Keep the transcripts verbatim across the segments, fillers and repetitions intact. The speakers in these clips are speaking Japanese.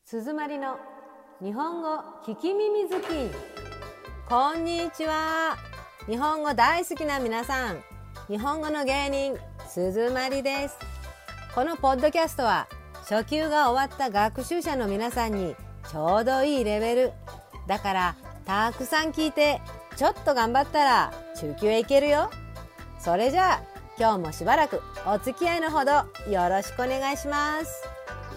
鈴まりの日本語聞き耳好き。こんにちは。日本語大好きな皆さん、日本語の芸人鈴まりです。このポッドキャストは初級が終わった学習者の皆さんにちょうどいいレベルだから、たくさん聞いてちょっと頑張ったら中級へ行けるよ。それじゃあ今日もしばらくお付き合いのほどよろしくお願いします。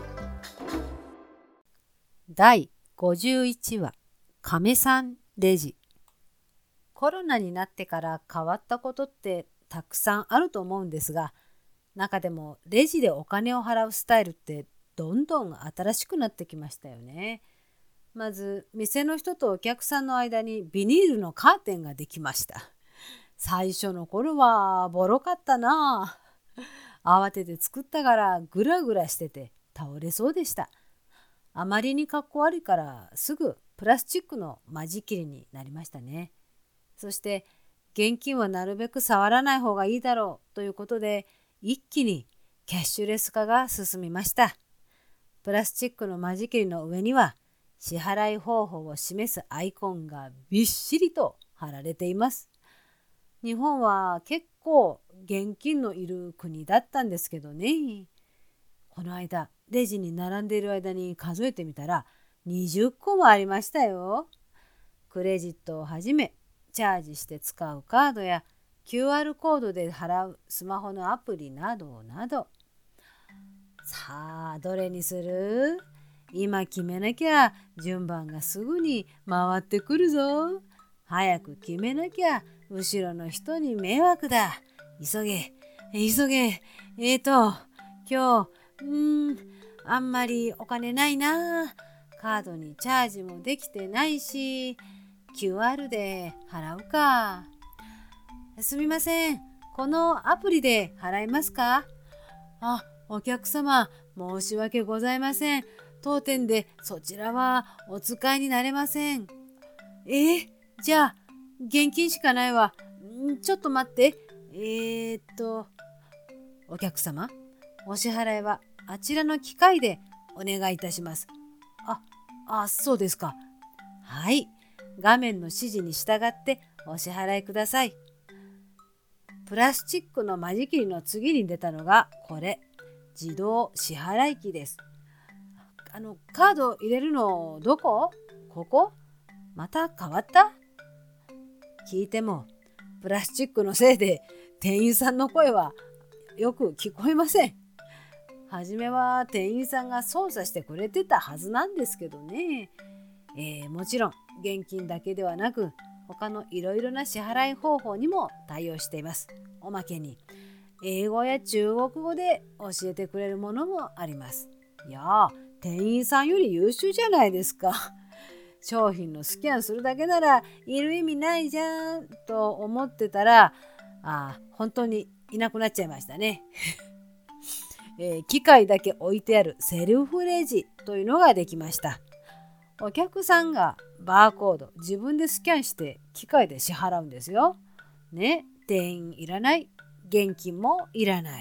だいごじゅういちわ、亀さんレジ。コロナになってから変わったことってたくさんあると思うんですが、中でもレジでお金を払うスタイルってどんどん新しくなってきましたよね。まず店の人とお客さんの間にビニールのカーテンができました。最初の頃はボロかったな。慌てて作ったからグラグラしてて倒れそうでした。あまりにかっこ悪いからすぐプラスチックの間仕切りになりましたね。そして現金はなるべく触らない方がいいだろうということで、一気にキャッシュレス化が進みました。プラスチックの間仕切りの上には支払い方法を示すアイコンがびっしりと貼られています。日本は結構現金のいる国だったんですけどね。この間レジに並んでいる間に数えてみたらにじゅっこもありましたよ。クレジットをはじめチャージして使うカードや キューアール コードで払うスマホのアプリなどなど。さあどれにする？今決めなきゃ順番がすぐに回ってくるぞ。早く決めなきゃ後ろの人に迷惑だ。急げ急げ。えーと今日うーんあんまりお金ないな。カードにチャージもできてないし キューアール で払うか。すみません、このアプリで払えますか？あ、お客様申し訳ございません。当店でそちらはお使いになれません。えー、じゃあ現金しかないわ。んちょっと待って。えー、っとお客様、お支払いはあちらの機械でお願いいたします。あ、あ、そうですか。はい、画面の指示に従ってお支払いください。プラスチックの間仕切りの次に出たのがこれ、自動支払い機です。あのカード入れるのどこ？ここ？また変わった？聞いてもプラスチックのせいで店員さんの声はよく聞こえません。はじめは店員さんが操作してくれてたはずなんですけどね。えー、もちろん現金だけではなく他のいろいろな支払い方法にも対応しています。おまけに英語や中国語で教えてくれるものもあります。いやー、店員さんより優秀じゃないですか。商品のスキャンするだけならいる意味ないじゃんと思ってたら、あー本当にいなくなっちゃいましたね。えー、機械だけ置いてあるセルフレジというのができました。お客さんがバーコード自分でスキャンして機械で支払うんですよ。ね、店員いらない、現金もいらない。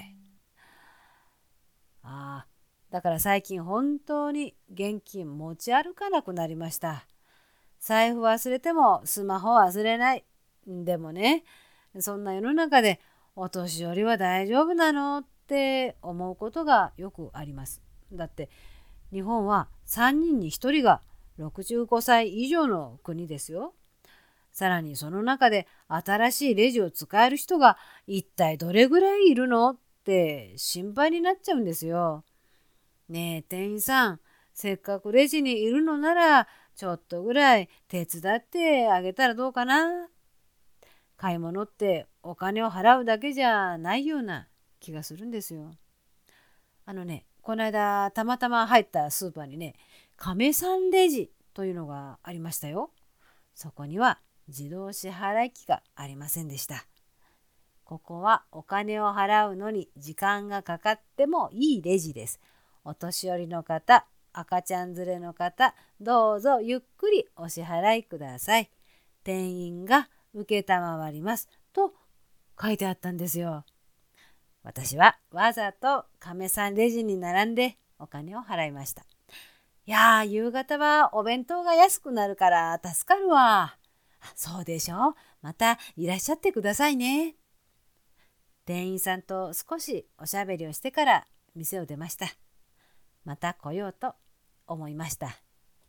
ああ、だから最近本当に現金持ち歩かなくなりました。財布忘れてもスマホ忘れない。でもね、そんな世の中でお年寄りは大丈夫なのって思うことがよくあります。だって日本はさんにんにひとりがろくじゅうごさい以上の国ですよ。さらにその中で新しいレジを使える人が一体どれぐらいいるのって心配になっちゃうんですよ。ねえ店員さん、せっかくレジにいるのならちょっとぐらい手伝ってあげたらどうかな。買い物ってお金を払うだけじゃないような気がするんですよ。あのね、この間たまたま入ったスーパーにね、亀さんレジというのがありましたよ。そこには自動支払い機がありませんでした。ここはお金を払うのに時間がかかってもいいレジです。お年寄りの方、赤ちゃん連れの方、どうぞゆっくりお支払いください。店員が承りますと書いてあったんですよ。私はわざと亀さんレジに並んでお金を払いました。 いやー、夕方はお弁当が安くなるから助かるわ。そうでしょ。またいらっしゃってくださいね。店員さんと少しおしゃべりをしてから店を出ました。また来ようと思いました。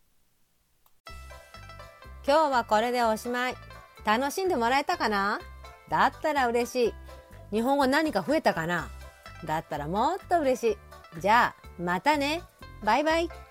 今日はこれでおしまい。楽しんでもらえたかな？だったら嬉しい。日本語何か増えたかな？だったらもっと嬉しい。じゃあまたね。バイバイ。